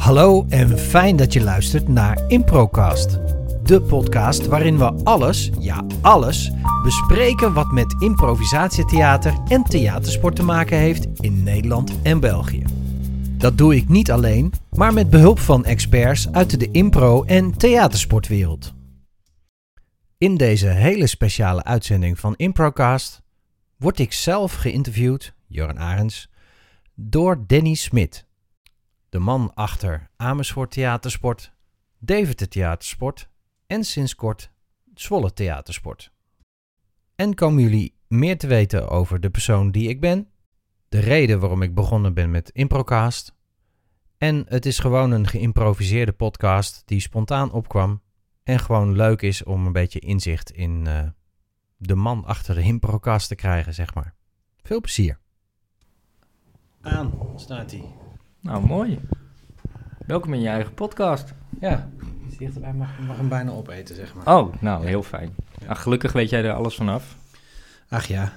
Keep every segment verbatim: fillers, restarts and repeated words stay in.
Hallo en fijn dat je luistert naar Improcast. De podcast waarin we alles, ja alles, bespreken wat met improvisatietheater en theatersport te maken heeft in Nederland en België. Dat doe ik niet alleen, maar met behulp van experts uit de impro- en theatersportwereld. In deze hele speciale uitzending van Improcast word ik zelf geïnterviewd, Jörn Arends, door Danny Smit. De man achter Amersfoort Theatersport, Deventer Theatersport en sinds kort Zwolle Theatersport. En komen jullie meer te weten over de persoon die ik ben, de reden waarom ik begonnen ben met Improcast. En het is gewoon een geïmproviseerde podcast die spontaan opkwam en gewoon leuk is om een beetje inzicht in uh, de man achter de Improcast te krijgen, zeg maar. Veel plezier. Aan staat hij. Nou, mooi. Welkom in je eigen podcast. Ja, dichterbij mag, mag hem bijna opeten, zeg maar. Oh, nou, heel fijn. Ja. Ach, gelukkig weet jij er alles vanaf. Ach ja.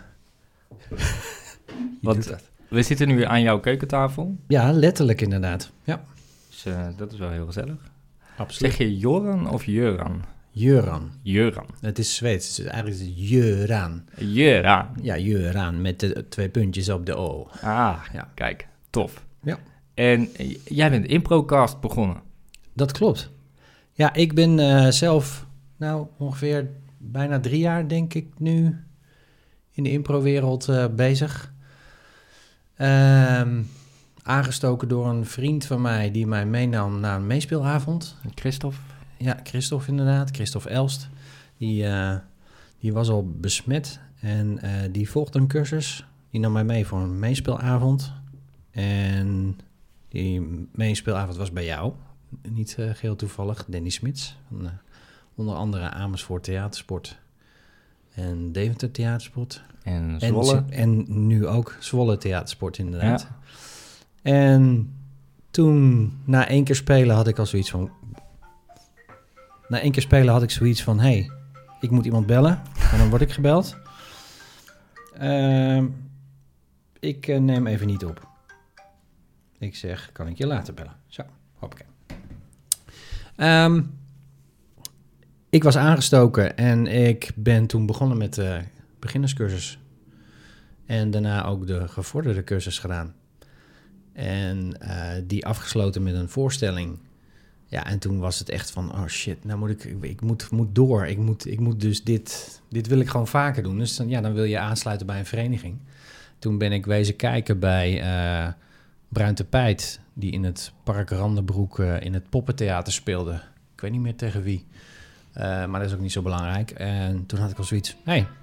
Want we zitten nu aan jouw keukentafel. Ja, letterlijk inderdaad. Ja. Dus uh, dat is wel heel gezellig. Absoluut. Zeg je Joran of Jöran? Jöran. Jöran. Het is Zweeds. Het is eigenlijk is het Jöran. Jöran. Ja, Jöran met de twee puntjes op de O. Ah, Ja. Kijk, tof. Ja. En uh, jij bent Improcast begonnen. Dat klopt. Ja, ik ben uh, zelf nou ongeveer bijna drie jaar, denk ik, nu in de improwereld uh, bezig. Um, aangestoken door een vriend van mij die mij meenam naar een meespeelavond. Christophe? Ja, Christophe inderdaad. Christophe Elst. Die, uh, die was al besmet en uh, die volgde een cursus. Die nam mij mee voor een meespeelavond. En die meespeelavond was bij jou. Niet uh, geheel toevallig. Danny Smits. Van, uh, onder andere Amersfoort Theatersport. En Deventer Theatersport. En Zwolle. En, en nu ook Zwolle Theatersport inderdaad. Ja. En toen, na één keer spelen, had ik al zoiets van... Na één keer spelen had ik zoiets van... Hé, hey, ik moet iemand bellen. En dan word ik gebeld. Uh, ik uh, neem even niet op. Ik zeg, kan ik je later bellen? Zo, hoppakee. Um, ik was aangestoken en ik ben toen begonnen met de beginnerscursus. En daarna ook de gevorderde cursus gedaan. En uh, die afgesloten met een voorstelling. Ja, en toen was het echt van, oh shit, nou moet ik, ik, ik moet, moet door. Ik moet, ik moet dus dit, dit wil ik gewoon vaker doen. Dus dan, ja, dan wil je aansluiten bij een vereniging. Toen ben ik wezen kijken bij uh, Bruin Tapijt, die in het Park Randenbroek uh, in het Poppentheater speelde. Ik weet niet meer tegen wie, uh, maar dat is ook niet zo belangrijk. En toen had ik al zoiets, hé, hey,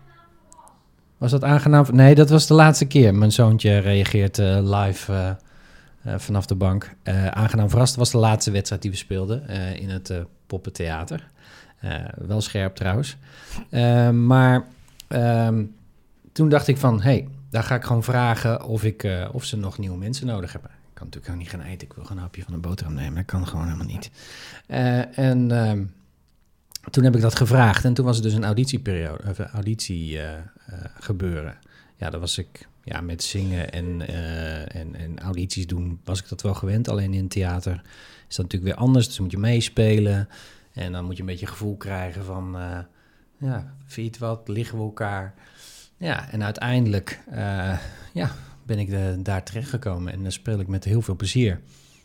was dat aangenaam? Nee, dat was de laatste keer. Mijn zoontje reageert uh, live uh, uh, vanaf de bank. Uh, aangenaam verrast was de laatste wedstrijd die we speelden uh, in het uh, Poppentheater. Uh, wel scherp trouwens. Uh, maar um, toen dacht ik van, hé, hey, daar ga ik gewoon vragen of, ik, uh, of ze nog nieuwe mensen nodig hebben. Ik kan natuurlijk ook niet gaan eten. Ik wil gewoon een hapje van een boterham nemen. Dat kan gewoon helemaal niet. Uh, en um, toen heb ik dat gevraagd. En toen was het dus een auditieperiode, of een auditie uh, uh, gebeuren. Ja, daar was ik ja, met zingen en, uh, en, en audities doen, was ik dat wel gewend. Alleen in theater is dat natuurlijk weer anders. Dus moet je meespelen. En dan moet je een beetje gevoel krijgen van, uh, ja, vind je het wat? Liggen we elkaar? Ja, en uiteindelijk uh, ja, ben ik de, daar terechtgekomen en dan speel ik met heel veel plezier.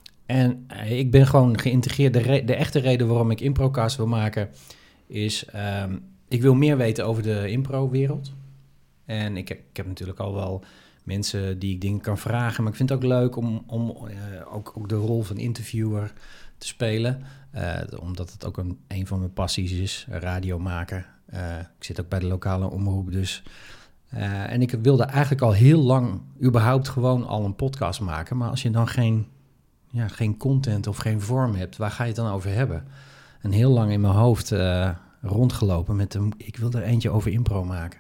En uh, ik ben gewoon geïntegreerd. De, re- de echte reden waarom ik Improcast wil maken is, um, ik wil meer weten over de impro-wereld. En ik heb, ik heb natuurlijk al wel mensen die ik dingen kan vragen, maar ik vind het ook leuk om, om uh, ook, ook de rol van interviewer te spelen. Uh, omdat het ook een, een van mijn passies is, radio maken. Uh, ik zit ook bij de lokale omroep, dus... Uh, en ik wilde eigenlijk al heel lang überhaupt gewoon al een podcast maken. Maar als je dan geen, ja, geen content of geen vorm hebt, waar ga je het dan over hebben? En heel lang in mijn hoofd uh, rondgelopen met de, ik wil er eentje over impro maken.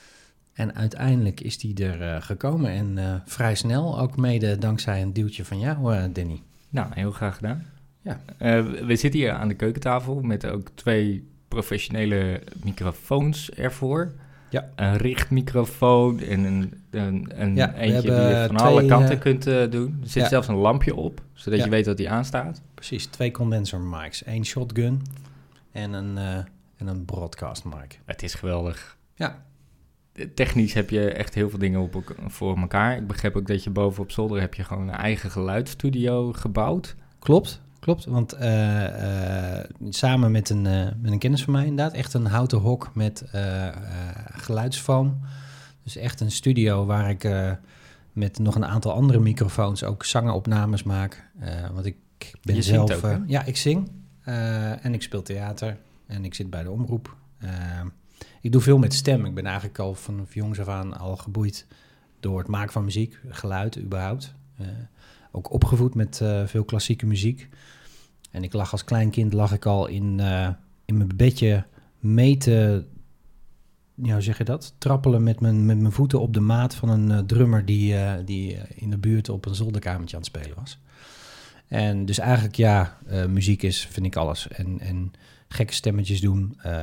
En uiteindelijk is die er uh, gekomen en uh, vrij snel, ook mede dankzij een duwtje van jou, uh, Danny. Nou, heel graag gedaan. Ja. Uh, we zitten hier aan de keukentafel met ook twee professionele microfoons ervoor. Ja. Een richtmicrofoon en een, een, een Ja, we eentje die hebben je van twee, alle kanten uh, kunt uh, doen. Er zit ja. zelfs een lampje op, zodat Ja. je weet dat die aanstaat. Precies, twee condenser mics. Eén shotgun en een, uh, en een broadcast mic. Het is geweldig. Ja. Technisch heb je echt heel veel dingen op, voor elkaar. Ik begrijp ook dat je boven op zolder heb je gewoon een eigen geluidsstudio gebouwd. Klopt, klopt. Want uh, uh, samen met een, uh, met een kennis van mij inderdaad, echt een houten hok met uh, uh, geluidsfoam. Dus echt een studio waar ik uh, met nog een aantal andere microfoons ook zangenopnames maak. Uh, want ik ben je zelf... Zingt ook, uh, ja, ik zing uh, en ik speel theater en ik zit bij de omroep. Uh, ik doe veel met stem. Ik ben eigenlijk al vanaf jongs af aan al geboeid door het maken van muziek, geluid überhaupt. Uh, ook opgevoed met uh, veel klassieke muziek. En ik lag als klein kind lag ik al in, uh, in mijn bedje mee te... Ja, hoe zeg je dat? Trappelen met mijn, met mijn voeten op de maat van een uh, drummer die, uh, die uh, in de buurt op een zolderkamertje aan het spelen was. En dus eigenlijk ja, uh, muziek is, vind ik alles. En, en gekke stemmetjes doen uh,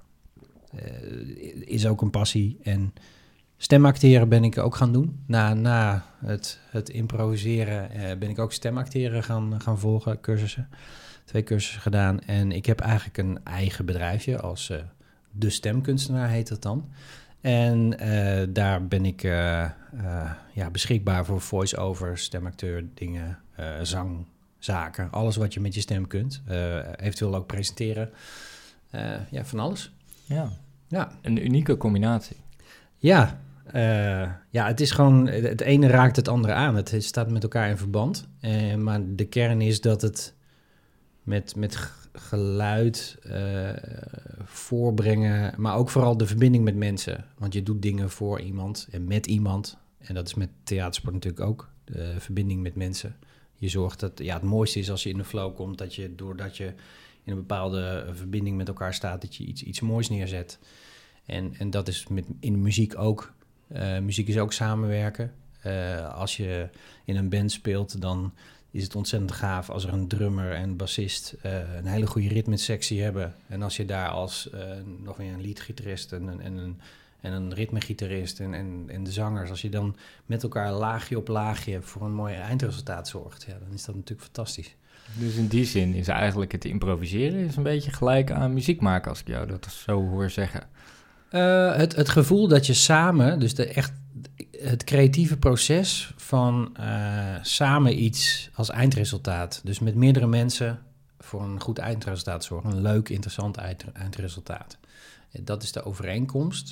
uh, is ook een passie. En stemacteren ben ik ook gaan doen. Na, na het, het improviseren uh, ben ik ook stemacteren gaan, gaan volgen, cursussen. Twee cursussen gedaan. En ik heb eigenlijk een eigen bedrijfje als... Uh, De Stemkunstenaar heet dat dan. En uh, daar ben ik uh, uh, ja, beschikbaar voor voice-over, stemacteur, dingen, uh, zangzaken. Alles wat je met je stem kunt. Uh, eventueel ook presenteren. Uh, ja, van alles. Ja. Ja. Een unieke combinatie. Ja, uh, ja, het is gewoon... Het ene raakt het andere aan. Het staat met elkaar in verband. Uh, maar de kern is dat het met... met geluid uh, voorbrengen, maar ook vooral de verbinding met mensen. Want je doet dingen voor iemand en met iemand. En dat is met theatersport natuurlijk ook. De verbinding met mensen. Je zorgt dat... Ja, het mooiste is als je in de flow komt, dat je doordat je in een bepaalde verbinding met elkaar staat, dat je iets, iets moois neerzet. En, en dat is met, in muziek ook. Uh, muziek is ook samenwerken. Uh, als je in een band speelt, dan is het ontzettend gaaf als er een drummer en bassist uh, een hele goede ritmesectie hebben. En als je daar als uh, nog weer een leadgitarist en een, en een, en een ritmegitarist en, en, en de zangers, als je dan met elkaar laagje op laagje voor een mooi eindresultaat zorgt, ja, dan is dat natuurlijk fantastisch. Dus in die zin is eigenlijk het improviseren is een beetje gelijk aan muziek maken, als ik jou dat zo hoor zeggen. Uh, het, het gevoel dat je samen, dus de echt het creatieve proces van uh, samen iets als eindresultaat, dus met meerdere mensen voor een goed eindresultaat zorgen, een leuk, interessant eind, eindresultaat. Dat is de overeenkomst.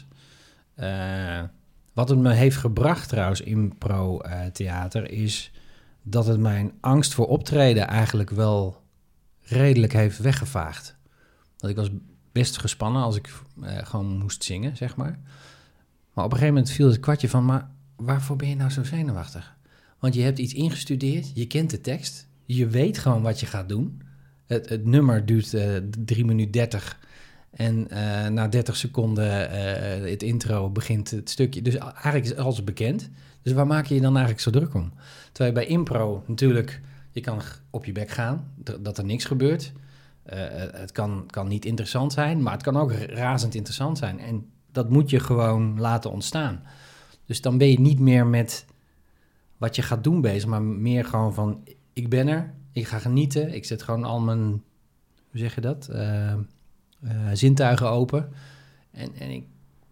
Uh, wat het me heeft gebracht trouwens, impro-theater, uh, is dat het mijn angst voor optreden eigenlijk wel redelijk heeft weggevaagd. Dat ik was best gespannen als ik uh, gewoon moest zingen, zeg maar. Maar op een gegeven moment viel het kwartje van, maar waarvoor ben je nou zo zenuwachtig? Want je hebt iets ingestudeerd, je kent de tekst, je weet gewoon wat je gaat doen. Het, het nummer duurt uh, drie minuten dertig en uh, na dertig seconden uh, het intro begint het stukje. Dus eigenlijk is alles bekend. Dus waar maak je je dan eigenlijk zo druk om? Terwijl bij impro natuurlijk, je kan op je bek gaan, d- dat er niks gebeurt. Uh, het kan, kan niet interessant zijn, maar het kan ook razend interessant zijn. En dat moet je gewoon laten ontstaan. Dus dan ben je niet meer met wat je gaat doen bezig, maar meer gewoon van, ik ben er, ik ga genieten. Ik zet gewoon al mijn, hoe zeg je dat, uh, uh, zintuigen open. En, en ik,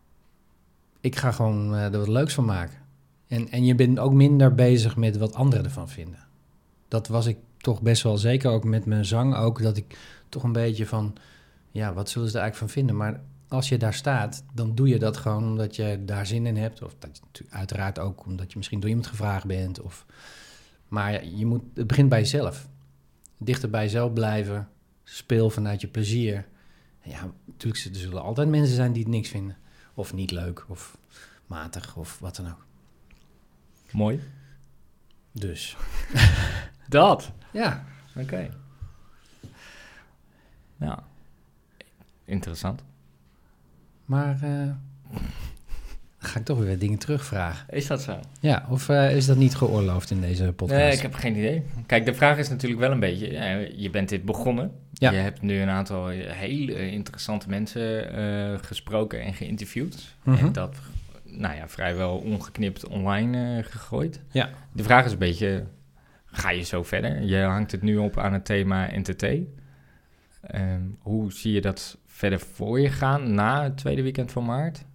ik ga gewoon uh, er wat leuks van maken. En, en je bent ook minder bezig met wat anderen ervan vinden. Dat was ik toch best wel zeker, ook met mijn zang ook, dat ik toch een beetje van, ja, wat zullen ze er eigenlijk van vinden? Maar als je daar staat, dan doe je dat gewoon omdat je daar zin in hebt. Of dat, uiteraard ook omdat je misschien door iemand gevraagd bent. Of, maar je moet, het begint bij jezelf. Dichter bij jezelf blijven. Speel vanuit je plezier. En ja, natuurlijk er zullen altijd mensen zijn die het niks vinden. Of niet leuk, of matig, of wat dan ook. Mooi. Dus. Dat? Ja. Oké. Okay. Ja. Interessant. Maar uh, ga ik toch weer dingen terugvragen. Is dat zo? Ja, of uh, is dat niet geoorloofd in deze podcast? Nee, ik heb geen idee. Kijk, de vraag is natuurlijk wel een beetje... Ja, je bent dit begonnen. Ja. Je hebt nu een aantal hele interessante mensen uh, gesproken en geïnterviewd. Mm-hmm. En dat, nou ja, vrijwel ongeknipt online uh, gegooid. Ja. De vraag is een beetje... Ga je zo verder? Je hangt het nu op aan het thema N T T. Um, hoe zie je dat verder voor je gaan na het tweede weekend van maart?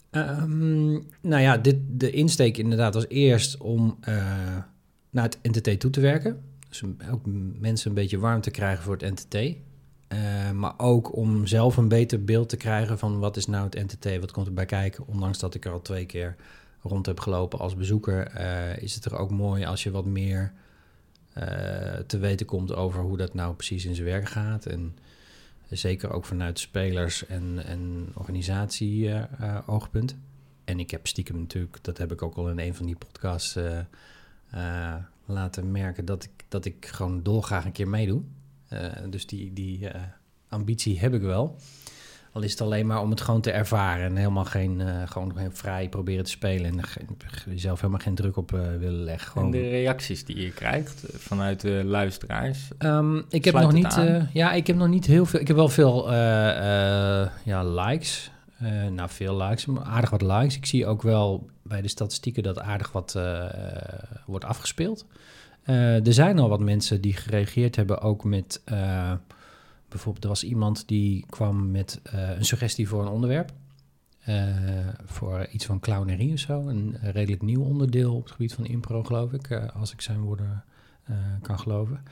Um, nou ja, dit, de insteek inderdaad was eerst om uh, naar het N T T toe te werken. Dus ook mensen een beetje warm te krijgen voor het N T T. Uh, maar ook om zelf een beter beeld te krijgen van wat is nou het N T T, wat komt erbij kijken. Ondanks dat ik er al twee keer rond heb gelopen als bezoeker, uh, is het er ook mooi als je wat meer uh, te weten komt over hoe dat nou precies in zijn werk gaat. En zeker ook vanuit spelers- en, en organisatie-oogpunt. Uh, en ik heb stiekem natuurlijk, dat heb ik ook al in een van die podcasts uh, uh, laten merken, dat ik, dat ik gewoon dolgraag een keer meedoe. Uh, dus die, die uh, ambitie heb ik wel. Al is het alleen maar om het gewoon te ervaren en helemaal geen, uh, gewoon vrij proberen te spelen en geen, jezelf helemaal geen druk op uh, willen leggen. Gewoon. En de reacties die je krijgt vanuit de luisteraars? Um, ik heb nog niet, uh, ja, ik heb nog niet heel veel. Ik heb wel veel uh, uh, ja, likes. Uh, nou, veel likes, aardig wat likes. Ik zie ook wel bij de statistieken dat aardig wat uh, wordt afgespeeld. Uh, er zijn al wat mensen die gereageerd hebben, ook met... Uh, Bijvoorbeeld, er was iemand die kwam met uh, een suggestie voor een onderwerp. Uh, voor iets van clownerie of zo. Een redelijk nieuw onderdeel op het gebied van impro, geloof ik. Uh, als ik zijn woorden uh, kan geloven.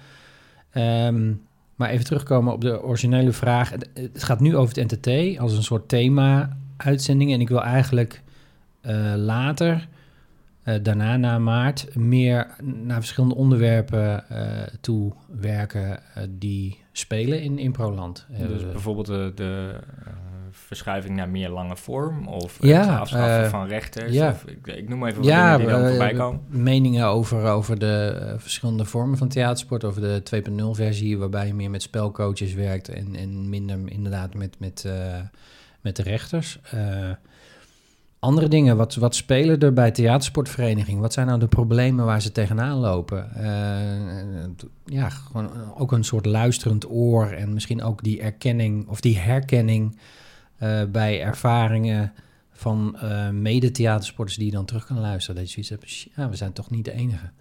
Um, maar even terugkomen op de originele vraag. Het, het gaat nu over het N T T als een soort thema-uitzending. En ik wil eigenlijk uh, later... Uh, daarna, na maart, meer naar verschillende onderwerpen uh, toe werken uh, die spelen in Improland. Uh, dus bijvoorbeeld de, de uh, verschuiving naar meer lange vorm of ja, het afschaffen uh, van rechters. Ja. Of, ik, ik noem even wat ja, dingen die dan uh, voorbij komen. Meningen over, over de uh, verschillende vormen van theatersport, over de twee punt nul versie, waarbij je meer met spelcoaches werkt en, en minder inderdaad met, met, uh, met de rechters. Uh, Andere dingen, wat, wat spelen er bij theatersportvereniging? Wat zijn nou de problemen waar ze tegenaan lopen? Uh, ja, gewoon ook een soort luisterend oor en misschien ook die erkenning of die herkenning uh, bij ervaringen van uh, mede-theatersporters die je dan terug kan luisteren. Dat je zoiets hebt, ja, we zijn toch niet de enige.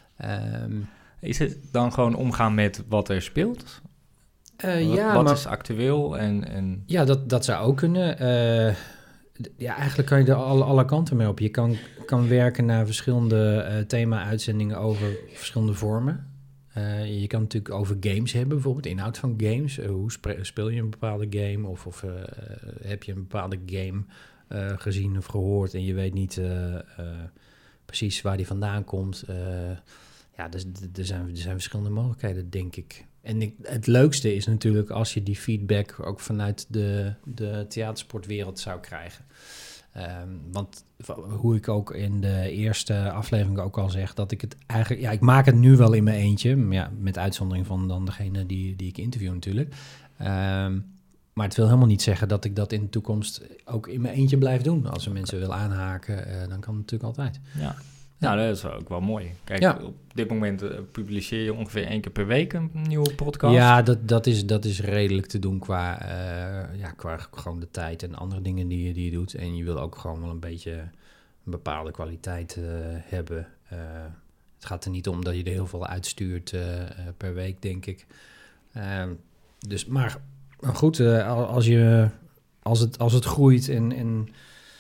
Um, Is het dan gewoon omgaan met wat er speelt? Uh, wat ja, wat maar, is actueel? En, en... Ja, dat, dat zou ook kunnen. Uh, Ja, eigenlijk kan je er alle, alle kanten mee op. Je kan, kan werken naar verschillende uh, thema-uitzendingen over verschillende vormen. Uh, je kan natuurlijk over games hebben, bijvoorbeeld inhoud van games. Uh, hoe spre- speel je een bepaalde game? Of, of uh, heb je een bepaalde game uh, gezien of gehoord en je weet niet uh, uh, precies waar die vandaan komt. Uh, ja, dus, er, zijn, er zijn verschillende mogelijkheden, denk ik. En ik, het leukste is natuurlijk als je die feedback ook vanuit de, de theatersportwereld zou krijgen. Um, want hoe ik ook in de eerste aflevering ook al zeg, dat ik het eigenlijk... Ja, ik maak het nu wel in mijn eentje, ja, met uitzondering van dan degene die, die ik interview natuurlijk. Um, maar het wil helemaal niet zeggen dat ik dat in de toekomst ook in mijn eentje blijf doen. Als er mensen willen aanhaken, uh, dan kan het natuurlijk altijd. Ja. Nou, dat is ook wel mooi. Kijk, ja. Op dit moment uh, publiceer je ongeveer één keer per week een nieuwe podcast. Ja, dat, dat, is, dat is redelijk te doen qua, uh, ja, qua gewoon de tijd en andere dingen die, die je doet. En je wil ook gewoon wel een beetje een bepaalde kwaliteit uh, hebben. Uh, het gaat er niet om dat je er heel veel uitstuurt uh, uh, per week, denk ik. Uh, dus, maar, maar goed, uh, als, je, als, het, als het groeit en... en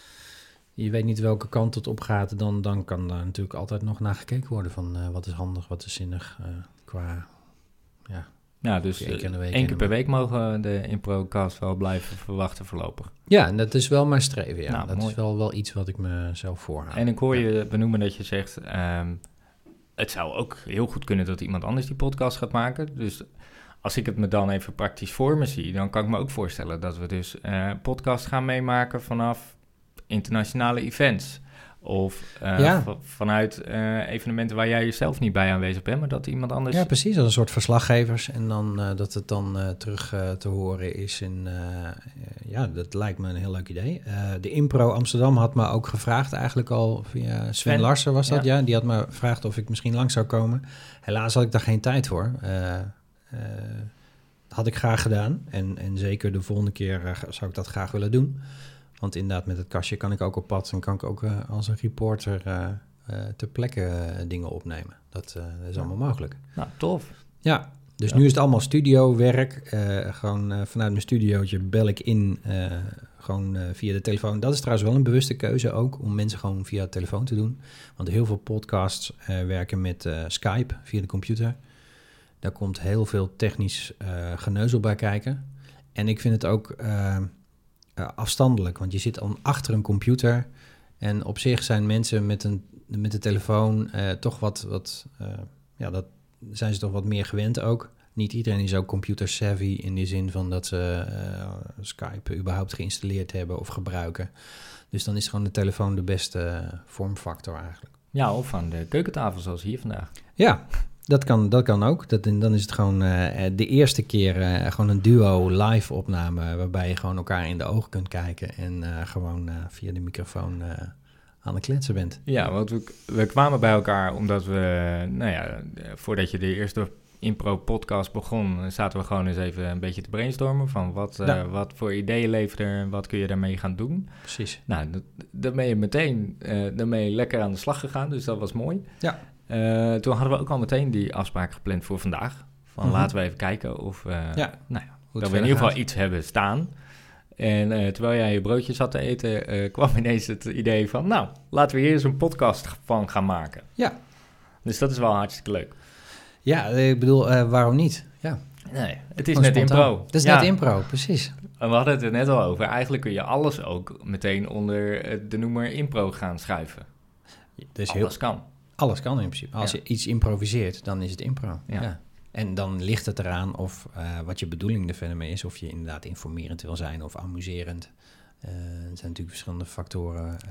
je weet niet welke kant het op gaat, dan, dan kan daar natuurlijk altijd nog naar gekeken worden van uh, wat is handig, wat is zinnig uh, qua, ja. Ja, dus één keer, uh, één keer per week mogen we de Improcast wel blijven verwachten voorlopig. Ja, en dat is wel mijn streven, ja. Nou, dat mooi. is wel, wel iets wat ik mezelf voorhoud. En ik hoor ja. je benoemen dat je zegt, um, het zou ook heel goed kunnen dat iemand anders die podcast gaat maken. Dus als ik het me dan even praktisch voor me zie, dan kan ik me ook voorstellen dat we dus uh, podcast gaan meemaken vanaf internationale events Of uh, ja. v- vanuit uh, evenementen waar jij jezelf niet bij aanwezig bent, maar dat iemand anders... Ja, precies. Als een soort verslaggevers. En dan uh, dat het dan uh, terug uh, te horen is. En uh, ja, dat lijkt me een heel leuk idee. Uh, de Impro Amsterdam had me ook gevraagd, eigenlijk al via Sven, Sven Larsen was dat, ja. ja. Die had me gevraagd of ik misschien langs zou komen. Helaas had ik daar geen tijd voor. Uh, uh, had ik graag gedaan. En, en zeker de volgende keer uh, zou ik dat graag willen doen. Want inderdaad, met het kastje kan ik ook op pad en kan ik ook uh, als een reporter uh, uh, ter plekke uh, dingen opnemen. Dat, uh, dat is ja. allemaal mogelijk. Nou, tof. Ja, dus ja. nu is het allemaal studiowerk. Uh, gewoon uh, vanuit mijn studiootje bel ik in, uh, gewoon uh, via de telefoon. Dat is trouwens wel een bewuste keuze ook, om mensen gewoon via de telefoon te doen. Want heel veel podcasts uh, werken met uh, Skype via de computer. Daar komt heel veel technisch uh, geneuzel bij kijken. En ik vind het ook... Uh, Uh, afstandelijk, want je zit dan achter een computer en op zich zijn mensen met, een, met de telefoon uh, toch wat, wat uh, ja, dat zijn ze toch wat meer gewend ook. Niet iedereen is ook computer savvy in die zin van dat ze uh, Skype überhaupt geïnstalleerd hebben of gebruiken. Dus dan is gewoon de telefoon de beste uh, vormfactor eigenlijk. Ja, of aan de keukentafel zoals hier vandaag. Ja, dat kan, dat kan ook. Dat, dan is het gewoon uh, de eerste keer uh, gewoon een duo live opname... waarbij je gewoon elkaar in de ogen kunt kijken... en uh, gewoon uh, via de microfoon uh, aan het kletsen bent. Ja, want we, we kwamen bij elkaar omdat we... nou ja, voordat je de eerste impro-podcast begon... zaten we gewoon eens even een beetje te brainstormen... van wat, uh, ja. wat voor ideeën leveren en wat kun je daarmee gaan doen. Precies. Nou, dan ben je meteen uh, dan ben je lekker aan de slag gegaan, dus dat was mooi. Ja. Uh, toen hadden we ook al meteen die afspraak gepland voor vandaag. Van mm-hmm. laten we even kijken of uh, ja, nou ja, dat we in ieder geval gaat. iets hebben staan. En uh, terwijl jij je broodje zat te eten, uh, kwam ineens het idee van... nou, laten we hier eens een podcast van gaan maken. Ja. Dus dat is wel hartstikke leuk. Ja, ik bedoel, uh, waarom niet? Ja. Nee, het is Gewoon net spontaan. impro. Het is ja. net impro, precies. En we hadden het er net al over. Eigenlijk kun je alles ook meteen onder de noemer impro gaan schuiven. Dus alles heel... kan. Alles kan in principe. Als ja. je iets improviseert, dan is het impro. Ja. Ja. En dan ligt het eraan of uh, wat je bedoeling er verder mee is. Of je inderdaad informerend wil zijn of amuserend. Uh, er zijn natuurlijk verschillende factoren. Uh,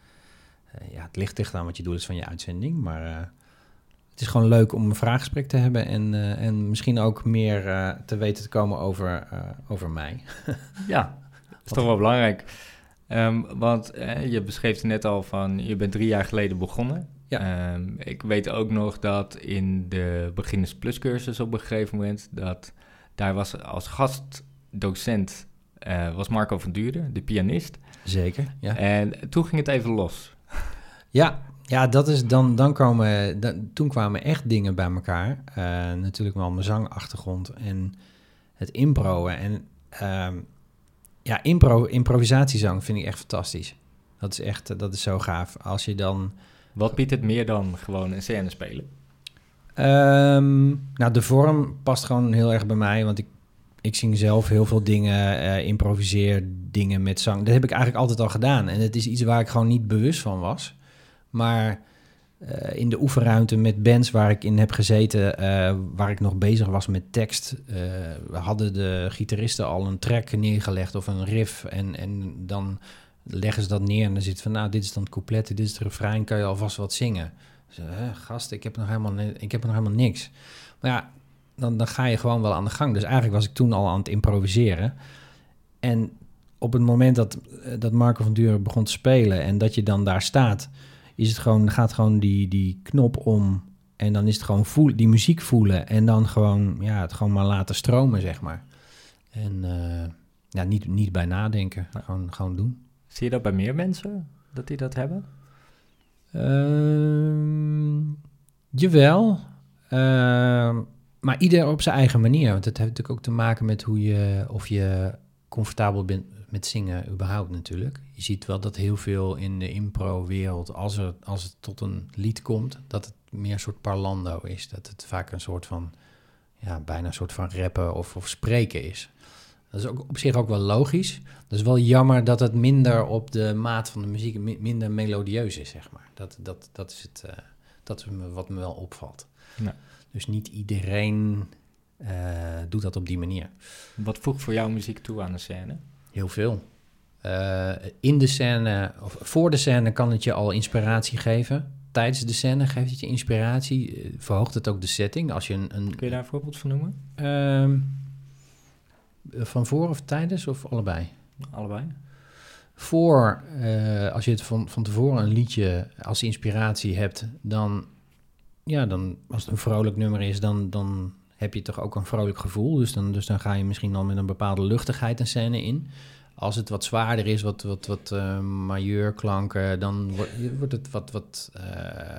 uh, ja, het ligt echt aan wat je doel is van je uitzending. Maar uh, het is gewoon leuk om een vraaggesprek te hebben. En, uh, en misschien ook meer uh, te weten te komen over, uh, over mij. Ja, dat is toch wel belangrijk. Um, want uh, je beschreef het net al van, je bent drie jaar geleden begonnen. Ja. Um, ik weet ook nog dat in de Beginners Plus cursus op een gegeven moment... dat daar was als gastdocent uh, was Marco van Duren, de pianist. Zeker, ja. En toen ging het even los. Ja, ja dat is dan, dan komen, dan, toen kwamen echt dingen bij elkaar. Uh, natuurlijk wel mijn zangachtergrond en het improen. En uh, ja, impro, improvisatiezang vind ik echt fantastisch. Dat is echt, dat is zo gaaf. Als je dan... Wat biedt het meer dan gewoon een scène spelen? Um, nou, de vorm past gewoon heel erg bij mij, want ik, ik zing zelf heel veel dingen, uh, improviseer dingen met zang. Dat heb ik eigenlijk altijd al gedaan en het is iets waar ik gewoon niet bewust van was. Maar uh, in de oefenruimte met bands waar ik in heb gezeten, uh, waar ik nog bezig was met tekst, uh, we hadden de gitaristen al een track neergelegd of een riff en, en dan... leggen ze dat neer en dan zit van, nou, dit is dan het couplet, dit is het refrein, kan je alvast wat zingen. Dus, hè, gast, ik heb nog helemaal, ik heb nog helemaal niks. Maar ja, dan, dan ga je gewoon wel aan de gang. Dus eigenlijk was ik toen al aan het improviseren. En op het moment dat, dat Marco van Duren begon te spelen en dat je dan daar staat, is het gewoon, gaat gewoon die, die knop om en dan is het gewoon voel, die muziek voelen en dan gewoon, ja, het gewoon maar laten stromen, zeg maar. En uh, ja, niet, niet bij nadenken, gewoon, gewoon doen. Zie je dat bij meer mensen, dat die dat hebben? Uh, jawel. Uh, maar ieder op zijn eigen manier. Want het heeft natuurlijk ook te maken met hoe je... of je comfortabel bent met zingen überhaupt natuurlijk. Je ziet wel dat heel veel in de impro-wereld... Als, er, als het tot een lied komt, dat het meer een soort parlando is. Dat het vaak een soort van... ja, bijna een soort van rappen of, of spreken is. Dat is ook op zich ook wel logisch. Dat is wel jammer dat het minder op de maat van de muziek, mi- minder melodieus is, zeg maar. Dat, dat, dat is het, uh, dat is me, wat me wel opvalt. Ja. Dus niet iedereen uh, doet dat op die manier. Wat voegt voor jou muziek toe aan de scène? Heel veel. Uh, in de scène, of voor de scène kan het je al inspiratie geven. Tijdens de scène geeft het je inspiratie. Uh, verhoogt het ook de setting. Als je een, een, Kun je daar een voorbeeld van noemen? Uh, van voor of tijdens of allebei? Allebei. Voor, uh, als je het van, van tevoren een liedje als inspiratie hebt, dan, ja, dan als het een vrolijk nummer is, dan, dan heb je toch ook een vrolijk gevoel. Dus dan, dus dan ga je misschien al met een bepaalde luchtigheid een scène in. Als het wat zwaarder is, wat, wat, wat uh, majeurklanken, dan wordt, wordt het wat, wat, uh,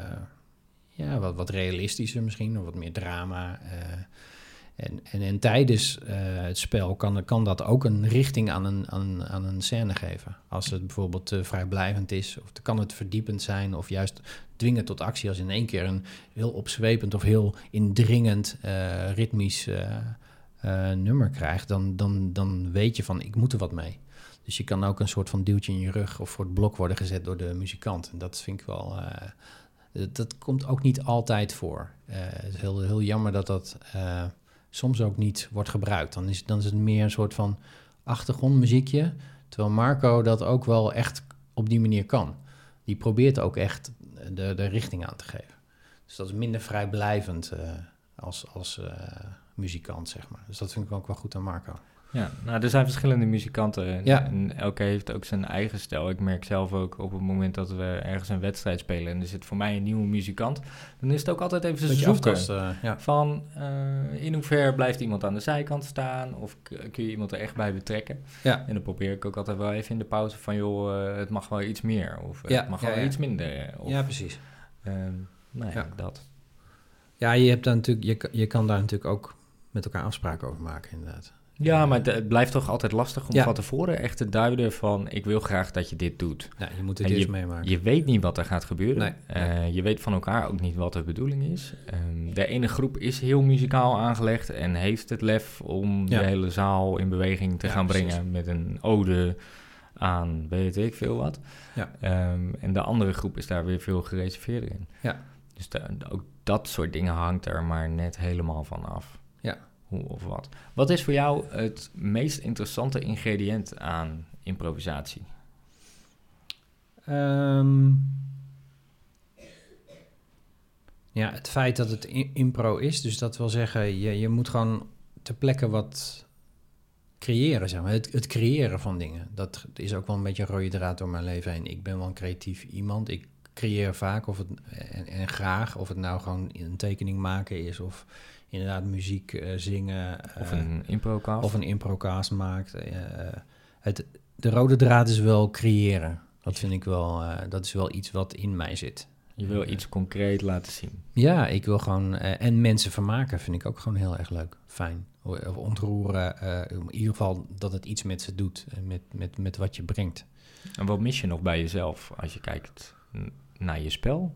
ja, wat, wat realistischer misschien, of wat meer drama. Uh, en, en, en tijdens uh, het spel kan, kan dat ook een richting aan een, aan, aan een scène geven. Als het bijvoorbeeld uh, vrijblijvend is, of kan het verdiepend zijn, of juist dwingen tot actie als in één keer een heel opzwepend of heel indringend, uh, ritmisch uh, uh, nummer krijgt, dan, dan, dan weet je van, ik moet er wat mee. Dus je kan ook een soort van duwtje in je rug of voor het blok worden gezet door de muzikant. En dat vind ik wel, uh, dat, dat komt ook niet altijd voor. Uh, het is heel, heel jammer dat dat uh, soms ook niet wordt gebruikt. Dan is, dan is het meer een soort van achtergrondmuziekje, terwijl Marco dat ook wel echt op die manier kan. Die probeert ook echt de, de richting aan te geven. Dus dat is minder vrijblijvend uh, als, als uh, muzikant, zeg maar. Dus dat vind ik ook wel goed aan Marco. Ja, nou, er zijn verschillende muzikanten ja. en elke heeft ook zijn eigen stijl. Ik merk zelf ook op het moment dat we ergens een wedstrijd spelen en er zit voor mij een nieuwe muzikant, dan is het ook altijd even zoeken aftast, uh, ja. van uh, in hoeverre blijft iemand aan de zijkant staan of k- kun je iemand er echt bij betrekken. Ja. En dan probeer ik ook altijd wel even in de pauze van joh, uh, het mag wel iets meer of uh, ja, het mag ja, wel ja. iets minder. Of, ja, precies. Uh, nou ja, ja, dat. Ja, je, hebt daar natuurlijk, je, je kan daar natuurlijk ook met elkaar afspraken over maken, inderdaad. Ja, maar het blijft toch altijd lastig om ja. van tevoren echt te duiden van ik wil graag dat je dit doet. Ja, je moet het eerst je, meemaken. Je weet niet wat er gaat gebeuren. Nee, nee. Uh, je weet van elkaar ook niet wat de bedoeling is. Um, de ene groep is heel muzikaal aangelegd en heeft het lef om ja. de hele zaal in beweging te ja, gaan brengen precies. Met een ode aan weet ik veel wat. Ja. Um, en de andere groep is daar weer veel gereserveerder in. Ja. Dus de, ook dat soort dingen hangt er maar net helemaal van af. Ja. Hoe of wat. Wat is voor jou het meest interessante ingrediënt aan improvisatie? Um, ja, het feit dat het in- impro is. Dus dat wil zeggen, je, je moet gewoon ter plekke wat creëren, zeg maar. Het, het creëren van dingen. Dat is ook wel een beetje een rode draad door mijn leven heen. Ik ben wel een creatief iemand. Ik creëer vaak of het, en, en graag. Of het nou gewoon een tekening maken is of inderdaad muziek uh, zingen. Of een uh, improcast. Of een improcast maakt. Uh, het, de rode draad is wel creëren. Dat vind ik wel, uh, dat is wel iets wat in mij zit. Je wil uh, iets concreet laten zien. Ja, ik wil gewoon... Uh, en mensen vermaken vind ik ook gewoon heel erg leuk. Fijn. Of ontroeren. Uh, in ieder geval dat het iets met ze doet. Met, met, met wat je brengt. En wat mis je nog bij jezelf als je kijkt naar je spel?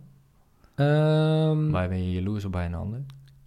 Um, Waar ben je jaloers op bij een ander?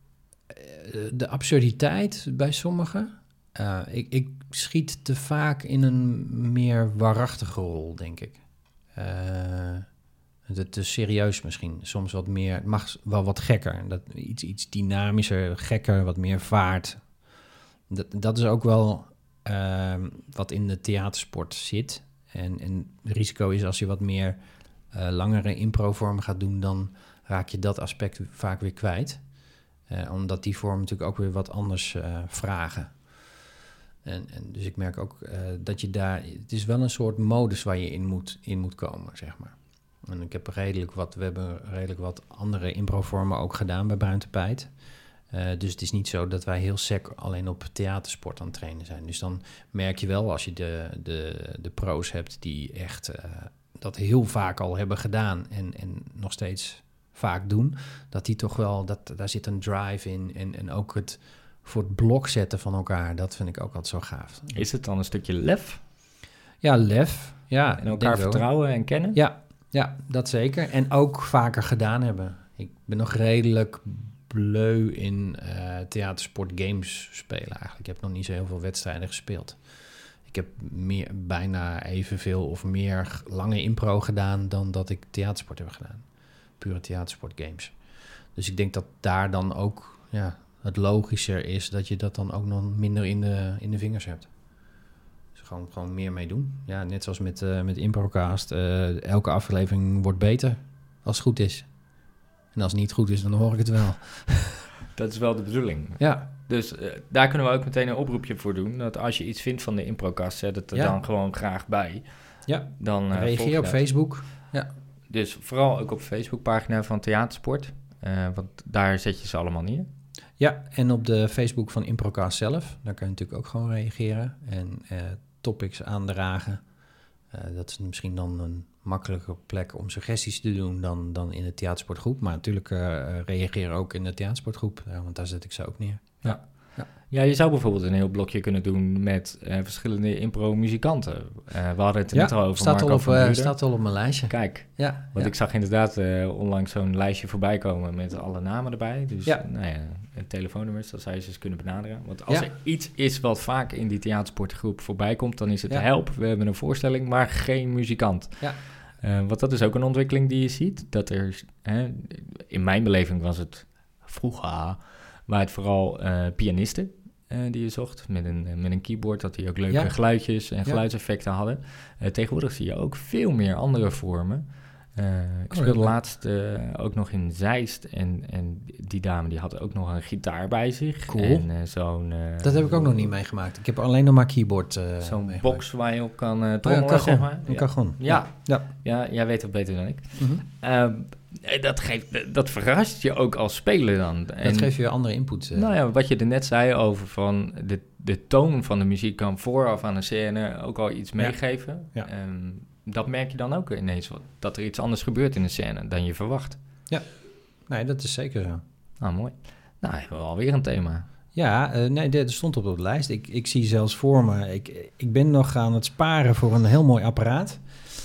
De absurditeit bij sommigen. Uh, ik, ik schiet te vaak in een meer waarachtige rol, denk ik. Uh, te, te serieus misschien. Soms wat meer, het mag wel wat gekker. Dat, iets, iets dynamischer, gekker, wat meer vaart. Dat, dat is ook wel uh, wat in de theatersport zit. En, en het risico is als je wat meer uh, langere improvormen gaat doen, dan raak je dat aspect vaak weer kwijt. Uh, omdat die vormen natuurlijk ook weer wat anders uh, vragen. En, en dus ik merk ook uh, dat je daar... Het is wel een soort modus waar je in moet, in moet komen, zeg maar. En ik heb redelijk wat... We hebben redelijk wat andere improvormen ook gedaan bij Bruin Tapijt. Uh, dus het is niet zo dat wij heel sec alleen op theatersport aan het trainen zijn. Dus dan merk je wel als je de, de, de pro's hebt die echt uh, dat heel vaak al hebben gedaan en, en nog steeds vaak doen, dat die toch wel, dat, daar zit een drive in en, en ook het voor het blok zetten van elkaar, dat vind ik ook altijd zo gaaf. Is het dan een stukje lef? Ja, lef. Ja, en elkaar vertrouwen en kennen? Ja, ja, dat zeker. En ook vaker gedaan hebben. Ik ben nog redelijk bleu in uh, theatersport games spelen eigenlijk. Ik heb nog niet zo heel veel wedstrijden gespeeld. Ik heb meer, bijna evenveel of meer lange impro gedaan dan dat ik theatersport heb gedaan. Pure theatersport games. Dus ik denk dat daar dan ook ja, het logischer is dat je dat dan ook nog minder in de, in de vingers hebt. gewoon, gewoon meer mee doen. Ja, net zoals met, uh, met Improcast. Uh, elke aflevering wordt beter als het goed is. En als het niet goed is, dan hoor ik het wel. Dat is wel de bedoeling. Ja. Dus uh, daar kunnen we ook meteen een oproepje voor doen. Dat als je iets vindt van de Improcast, zet het er ja. dan gewoon graag bij. Ja, dan uh, reageer op dat. Facebook. Ja. Dus vooral ook op de Facebookpagina van Theatersport. Uh, want daar zet je ze allemaal neer. Ja, en op de Facebook van Improcast zelf. Daar kan je natuurlijk ook gewoon reageren. En uh, topics aandragen. Uh, dat is misschien dan een makkelijker plek om suggesties te doen dan, dan in de theatersportgroep. Maar natuurlijk uh, reageren ook in de theatersportgroep. Uh, want daar zet ik ze ook neer. Ja. Ja. ja, je zou bijvoorbeeld een heel blokje kunnen doen met uh, verschillende impro-muzikanten. Uh, we hadden het er ja, net al over. Staat al, op, uh, staat al op mijn lijstje. Kijk, ja, want ja. ik zag inderdaad uh, onlangs zo'n lijstje voorbij komen met alle namen erbij. Dus ja. nou ja, telefoonnummers, dat zou je ze eens kunnen benaderen. Want als ja. er iets is wat vaak in die theatersportgroep voorbij komt, dan is het ja. help. We hebben een voorstelling, maar geen muzikant. Ja. Uh, want dat is ook een ontwikkeling die je ziet. Dat er, hè, in mijn beleving was het vroeger, maar het vooral uh, pianisten uh, die je zocht met een, met een keyboard, dat die ook leuke ja. geluidjes en ja. geluidseffecten hadden. Uh, tegenwoordig zie je ook veel meer andere vormen. Uh, ik oh, speelde ja. laatst uh, ook nog in Zeist en, en die dame die had ook nog een gitaar bij zich. Cool. En, uh, zo'n, uh, dat heb ik ook nog niet meegemaakt. Ik heb alleen nog maar keyboard uh, Zo'n meegemaakt. box waar je op kan uh, trommelen, oh, ja, zeg maar. Een ja. cajon. Ja. Ja. Ja. ja, jij weet het beter dan ik. Mm-hmm. Uh, dat, geeft, dat verrast je ook als speler dan. En, dat geeft je andere input. Uh. Nou ja, wat je er net zei over van de, de toon van de muziek kan vooraf aan de scène ook al iets meegeven. Ja. Ja. Um, dat merk je dan ook ineens, dat er iets anders gebeurt in de scène dan je verwacht. Ja, nee, dat is zeker zo. Nou, mooi. Nou, hebben we alweer een thema. Ja, uh, nee, dat stond op de lijst. Ik, ik zie zelfs voor me, ik, ik ben nog aan het sparen voor een heel mooi apparaat.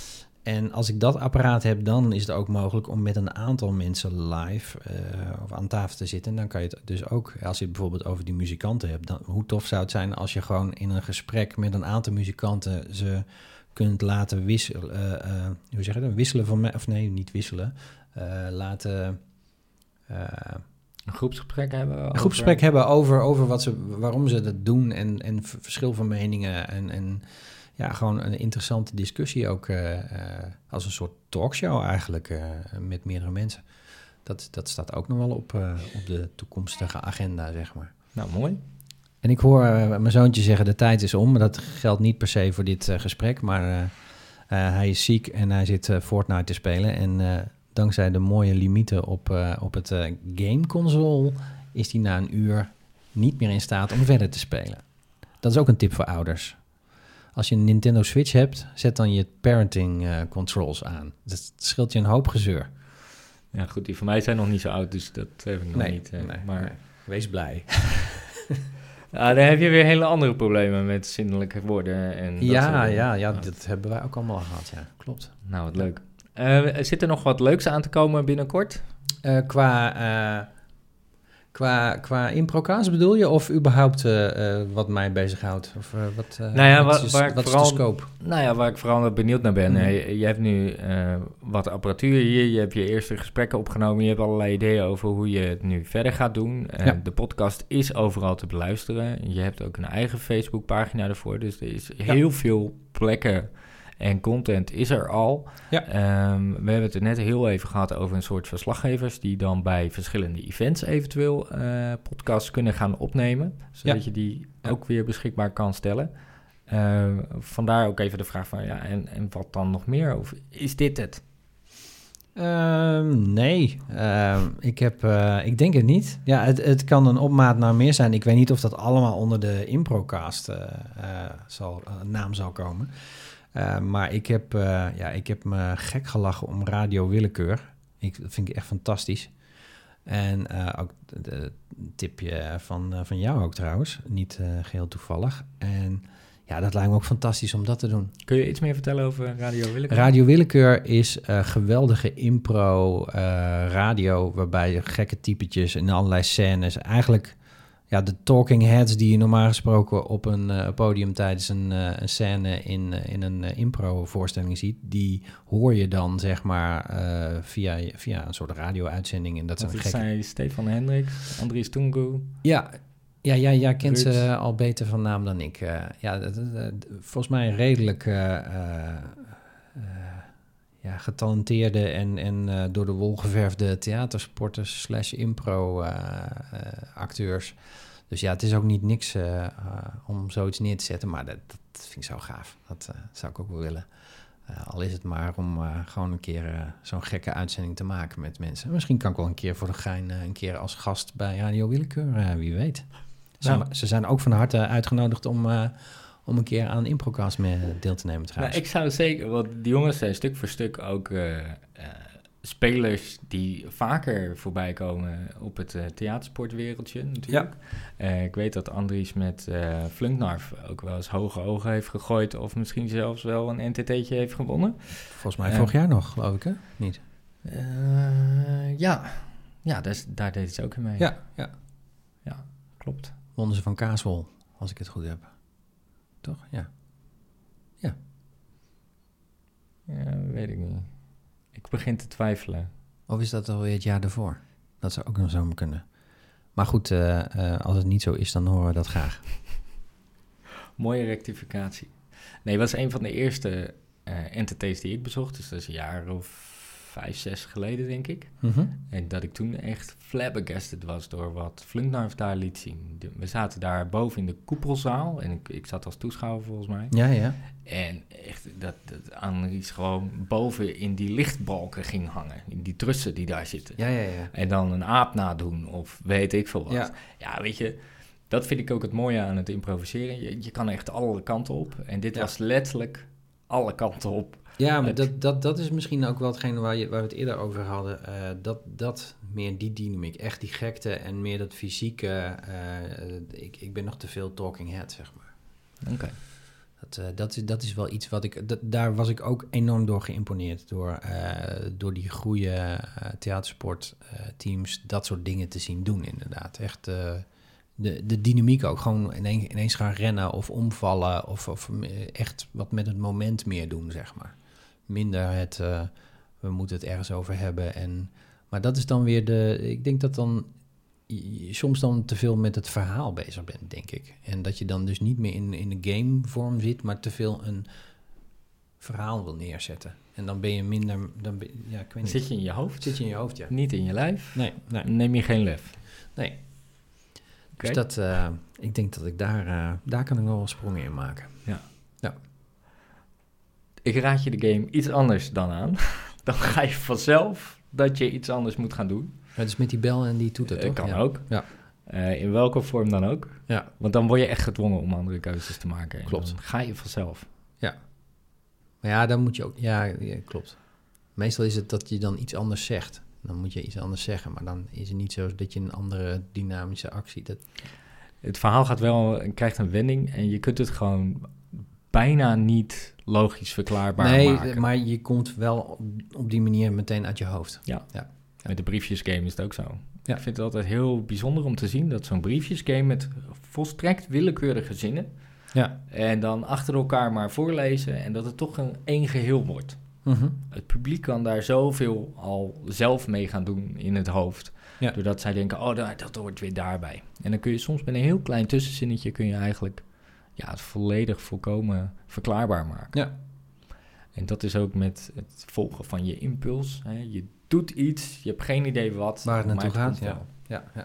En als ik dat apparaat heb, dan is het ook mogelijk om met een aantal mensen live uh, of aan tafel te zitten. En dan kan je het dus ook, als je het bijvoorbeeld over die muzikanten hebt, dan, hoe tof zou het zijn als je gewoon in een gesprek met een aantal muzikanten ze kunt laten wisselen, uh, uh, hoe zeg je dat, wisselen van mij, of nee, niet wisselen, uh, laten... Uh, een groepsgesprek hebben over... Een groepsgesprek hebben over, over wat ze, waarom ze dat doen en, en verschil van meningen en... en ja, gewoon een interessante discussie ook uh, uh, als een soort talkshow eigenlijk uh, met meerdere mensen. Dat, dat staat ook nog wel op, uh, op de toekomstige agenda, zeg maar. Nou, mooi. En ik hoor uh, mijn zoontje zeggen, de tijd is om. Maar dat geldt niet per se voor dit uh, gesprek. Maar uh, uh, hij is ziek en hij zit uh, Fortnite te spelen. En uh, dankzij de mooie limieten op, uh, op het uh, gameconsole is hij na een uur niet meer in staat om verder te spelen. Dat is ook een tip voor ouders. Als je een Nintendo Switch hebt, zet dan je parenting uh, controls aan. Dat scheelt je een hoop gezeur. Ja, goed, die van mij zijn nog niet zo oud, dus dat heb ik nog nee, niet. Uh, nee, maar nee. Wees blij. Ja, dan heb je weer hele andere problemen met zinnelijke woorden. En dat ja, soort ja, ja, dat hebben wij ook allemaal gehad, ja, klopt. Nou, wat leuk. Uh, zit er nog wat leuks aan te komen binnenkort? Uh, qua... Uh, Qua, qua Improcast bedoel je? Of überhaupt uh, uh, wat mij bezighoudt? Of uh, wat, uh, nou ja, wat, waar, is, waar wat vooral, is de scope? Nou ja, waar ik vooral benieuwd naar ben. Mm. Je, je hebt nu uh, wat apparatuur hier. Je hebt je eerste gesprekken opgenomen. Je hebt allerlei ideeën over hoe je het nu verder gaat doen. Uh, Ja. De podcast is overal te beluisteren. Je hebt ook een eigen Facebookpagina ervoor. Dus er is Ja. heel veel plekken en content is er al. Ja. Um, we hebben het er net heel even gehad over een soort verslaggevers die dan bij verschillende events eventueel uh, podcasts kunnen gaan opnemen. Zodat Ja. je die Ja. ook weer beschikbaar kan stellen. Uh, vandaar ook even de vraag van, ja, en, en wat dan nog meer? Of is dit het? Uh, nee, uh, ik, heb, uh, ik denk het niet. Ja, het, het kan een opmaat naar meer zijn. Ik weet niet of dat allemaal onder de Improcast uh, uh, zal, uh, naam zal komen. Uh, maar ik heb, uh, ja, ik heb me gek gelachen om Radio Willekeur. Ik, dat vind ik echt fantastisch. En uh, ook een tipje van, uh, van jou ook trouwens. Niet uh, geheel toevallig. En ja, dat lijkt me ook fantastisch om dat te doen. Kun je iets meer vertellen over Radio Willekeur? Radio Willekeur is uh, geweldige impro uh, radio... waarbij je gekke typetjes in allerlei scènes... eigenlijk ja, de talking heads die je normaal gesproken op een uh, podium... tijdens een, uh, een scène in, uh, in een uh, impro-voorstelling ziet... die hoor je dan, zeg maar, uh, via, via een soort radio-uitzending. En dat Dat zijn gekke... zijn Stefan Hendricks, Andries Tungu. Ja, Ja, ja, jij kent Ruud. Ze al beter van naam dan ik. Uh, ja, dat, dat, volgens mij een redelijk uh, uh, uh, ja, getalenteerde en, en uh, door de wol geverfde theatersporters slash impro uh, uh, acteurs. Dus ja, het is ook niet niks uh, uh, om zoiets neer te zetten, maar dat, dat vind ik zo gaaf. Dat uh, zou ik ook wel willen. Uh, al is het maar om uh, gewoon een keer uh, zo'n gekke uitzending te maken met mensen. Misschien kan ik wel een keer voor de gein uh, een keer als gast bij Radio Willekeur, uh, wie weet. Ze, nou. ze zijn ook van harte uitgenodigd om, uh, om een keer aan Improcast mee deel te nemen trouwens. Nou, ik zou zeker, want die jongens zijn stuk voor stuk ook uh, uh, spelers die vaker voorbij komen op het uh, theatersportwereldje natuurlijk. Ja. Uh, ik weet dat Andries met uh, Flunknarf ook wel eens hoge ogen heeft gegooid of misschien zelfs wel een N T T'tje heeft gewonnen. Volgens mij uh, vorig jaar nog, geloof ik, hè? Niet? Uh, ja, ja daar, daar deed ze ook in mee. Ja, ja. Ja, klopt. Wonnen ze van Kaaswol, als ik het goed heb. Toch? Ja. Ja. Ja, weet ik niet. Ik begin te twijfelen. Of is dat alweer het jaar daarvoor? Dat zou ook nog zo kunnen. Maar goed, uh, uh, als het niet zo is, dan horen we dat graag. Mooie rectificatie. Nee, het was een van de eerste uh, N T T's die ik bezocht. Dus dat is een jaar of vijf, zes geleden, denk ik. Mm-hmm. En dat ik toen echt flabbergasted was door wat Flunknarf daar liet zien. De, we zaten daar boven in de koepelzaal. En ik, ik zat als toeschouwer volgens mij. Ja, ja. En echt, dat, dat Annelies gewoon boven in die lichtbalken ging hangen. In die trussen die daar zitten. Ja, ja, ja. En dan een aap nadoen of weet ik veel wat. Ja, ja weet je, dat vind ik ook het mooie aan het improviseren. Je, je kan echt alle kanten op. En dit ja. was letterlijk alle kanten op. Ja, maar dat, dat, dat is misschien ook wel hetgene waar, je, waar we het eerder over hadden. Uh, dat, dat meer die dynamiek, echt die gekte en meer dat fysieke. Uh, ik, ik ben nog te veel talking head, zeg maar. Oké. Okay. Dat, uh, dat, is, dat is wel iets wat ik... Dat, daar was ik ook enorm door geïmponeerd. Door, uh, door die goede uh, theatersportteams uh, dat soort dingen te zien doen, inderdaad. Echt uh, de, de dynamiek ook. Gewoon ineens, ineens gaan rennen of omvallen. Of, of echt wat met het moment meer doen, zeg maar. Minder het... Uh, we moeten het ergens over hebben. En, maar dat is dan weer de... Ik denk dat dan... je soms dan te veel met het verhaal bezig bent, denk ik. En dat je dan dus niet meer in, in de gamevorm zit, maar te veel een verhaal wil neerzetten. En dan ben je minder... Dan ben, ja, ik weet niet. Zit je in je hoofd? Zit je in je hoofd, ja. Niet in je lijf? Nee. nee. Neem je geen lef? Nee. Okay. Dus dat... Uh, ik denk dat ik daar... Uh, daar kan ik nog wel sprongen in maken. Ja. ja. Ik raad je de game iets anders dan aan. Dan ga je vanzelf dat je iets anders moet gaan doen. Ja, dus met die bel en die toeter, uh, toch? Kan ja. ook. Ja. Uh, in welke vorm dan ook. Ja. Want dan word je echt gedwongen om andere keuzes te maken. Klopt. Dan ga je vanzelf. Ja. Maar ja, dan moet je ook... Ja, ja, klopt. Meestal is het dat je dan iets anders zegt. Dan moet je iets anders zeggen. Maar dan is het niet zo dat je een andere dynamische actie... Dat... Het verhaal gaat wel... krijgt een wending en je kunt het gewoon bijna niet logisch verklaarbaar nee, maken. Nee, maar je komt wel op, op die manier meteen uit je hoofd. Ja. ja. Met de briefjesgame is het ook zo. Ja. Ik vind het altijd heel bijzonder om te zien dat zo'n briefjesgame met volstrekt willekeurige zinnen... Ja. En dan achter elkaar maar voorlezen en dat het toch een één geheel wordt. Mm-hmm. Het publiek kan daar zoveel al zelf mee gaan doen in het hoofd. Ja. Doordat zij denken, oh, dat, dat hoort weer daarbij. En dan kun je soms met een heel klein tussenzinnetje... kun je eigenlijk ja, het volledig volkomen verklaarbaar maken. Ja. En dat is ook met het volgen van je impuls. Hè. Je doet iets, je hebt geen idee wat. Waar het naartoe het gaat, ja. Ja, ja.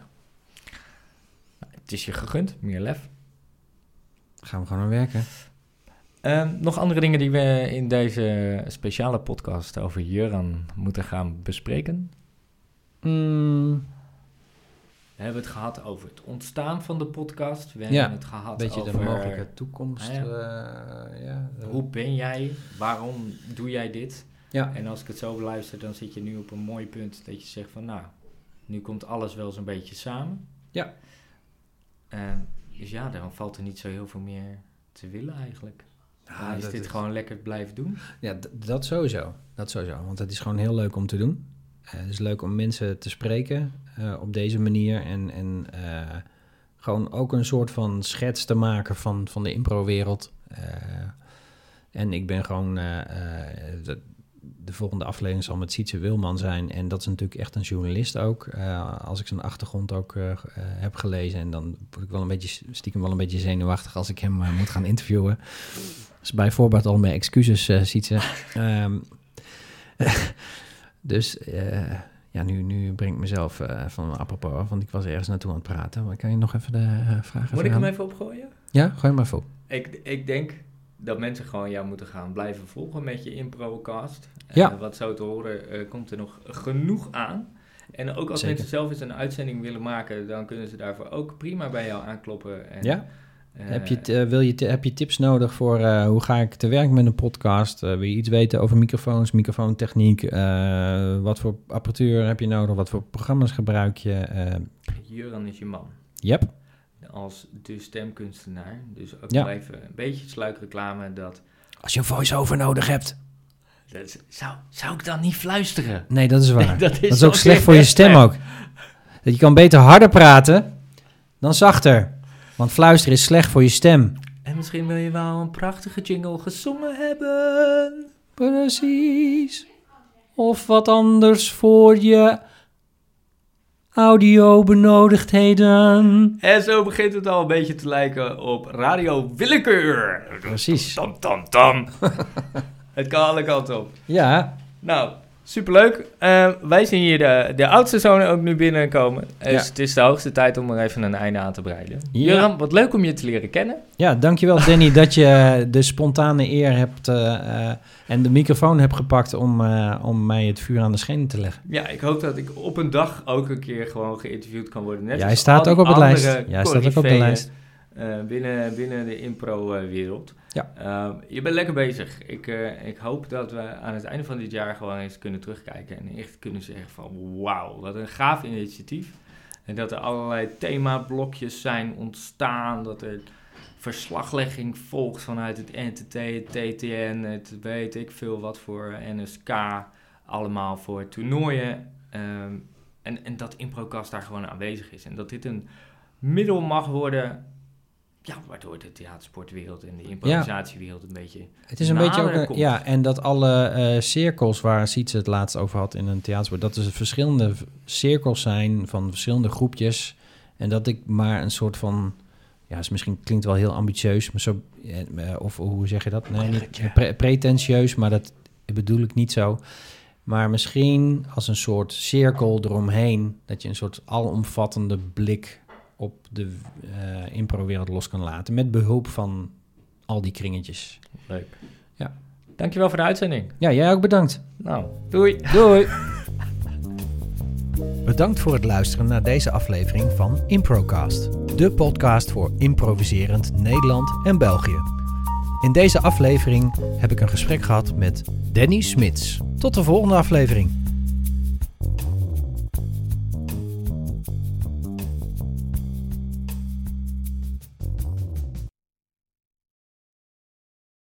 Nou, het is je gegund, meer lef. Gaan we gewoon aan werken. Um, nog andere dingen die we in deze speciale podcast over Jöran moeten gaan bespreken? Mm. We hebben het gehad over het ontstaan van de podcast. We ja, hebben het gehad beetje over... de mogelijke toekomst. Ah, ja. Uh, ja, uh. Hoe ben jij? Waarom doe jij dit? Ja. En als ik het zo beluister, dan zit je nu op een mooi punt dat je zegt van... nou, nu komt alles wel zo'n beetje samen. Ja. Uh, dus ja, dan valt er niet zo heel veel meer te willen eigenlijk. Ja, is dit is... gewoon lekker blijven doen? Ja, d- dat sowieso. Dat sowieso. Want het is gewoon heel leuk om te doen. Uh, het is leuk om mensen te spreken uh, op deze manier. En, en uh, gewoon ook een soort van schets te maken van, van de impro-wereld. Uh, en ik ben gewoon... Uh, uh, de volgende aflevering zal met Sietse Wilman zijn. En dat is natuurlijk echt een journalist ook. Uh, als ik zijn achtergrond ook uh, uh, heb gelezen. En dan word ik wel een beetje stiekem wel een beetje zenuwachtig als ik hem uh, moet gaan interviewen. Dus bij voorbaat al mijn excuses, uh, Sietse. Um, dus uh, ja, nu, nu breng ik mezelf uh, van apropos af, want ik was ergens naartoe aan het praten. Maar kan je nog even de uh, vragen Moet ik hem even opgooien? Ja, gooi hem maar even op. Ik, ik denk dat mensen gewoon jou moeten gaan blijven volgen met je Improcast. Ja. Uh, wat zo te horen, uh, komt er nog genoeg aan. En ook als Zeker. mensen zelf eens een uitzending willen maken, dan kunnen ze daarvoor ook prima bij jou aankloppen. En, ja. Uh, heb, je t, uh, wil je t, heb je tips nodig voor uh, hoe ga ik te werk met een podcast? Uh, wil je iets weten over microfoons, microfoontechniek? Uh, wat voor apparatuur heb je nodig? Wat voor programma's gebruik je? Uh, Juran is je man. Yep. Als de stemkunstenaar. Dus ook ja. wel even een beetje sluikreclame dat... Als je een voice-over nodig hebt. Dat is, zou, zou ik dan niet fluisteren? Nee, dat is waar. dat is, dat is ook slecht voor je stem ook. Dat je kan beter harder praten dan zachter. Want fluisteren is slecht voor je stem. En misschien wil je wel een prachtige jingle gezongen hebben. Precies. Of wat anders voor je audio-benodigdheden. En zo begint het al een beetje te lijken op Radio Willekeur. Precies. Tam, tam, tam. Het kan alle kanten op. Ja. Nou, superleuk. Uh, wij zien hier de, de oudste zoon ook nu binnenkomen. Dus ja. Het is de hoogste tijd om er even een einde aan te breiden. Ja. Juran, wat leuk om je te leren kennen. Ja, dankjewel Danny dat je de spontane eer hebt uh, uh, en de microfoon hebt gepakt om, uh, om mij het vuur aan de schenen te leggen. Ja, ik hoop dat ik op een dag ook een keer gewoon geïnterviewd kan worden. Net Jij staat ook op het lijst. Jij staat ook op de lijst. Uh, binnen, binnen de impro-wereld. Ja. Uh, je bent lekker bezig. Ik, uh, ik hoop dat we aan het einde van dit jaar gewoon eens kunnen terugkijken en echt kunnen zeggen van wauw, wat een gaaf initiatief. En dat er allerlei themablokjes zijn ontstaan, dat er verslaglegging volgt vanuit het N T T, het T T N, het weet ik veel wat voor N S K, allemaal voor toernooien. Um, en, en dat Improcast daar gewoon aanwezig is. En dat dit een middel mag worden, ja, waardoor de theatersportwereld en de improvisatiewereld een beetje het is een beetje ook een, ja, en dat alle uh, cirkels waar Sietse het laatst over had in een theatersport, dat er verschillende cirkels zijn van verschillende groepjes en dat ik maar een soort van, ja, is misschien klinkt wel heel ambitieus, maar zo, uh, of hoe zeg je dat? Nee, niet pre- pretentieus, maar dat bedoel ik niet zo. Maar misschien als een soort cirkel eromheen, dat je een soort alomvattende blik op de uh, impro-wereld los kan laten, met behulp van al die kringetjes. Leuk. Ja. Dankjewel voor de uitzending. Ja, jij ook bedankt. Nou, doei. Doei. Bedankt voor het luisteren naar deze aflevering van Improcast, de podcast voor improviserend Nederland en België. In deze aflevering heb ik een gesprek gehad met Danny Smits. Tot de volgende aflevering.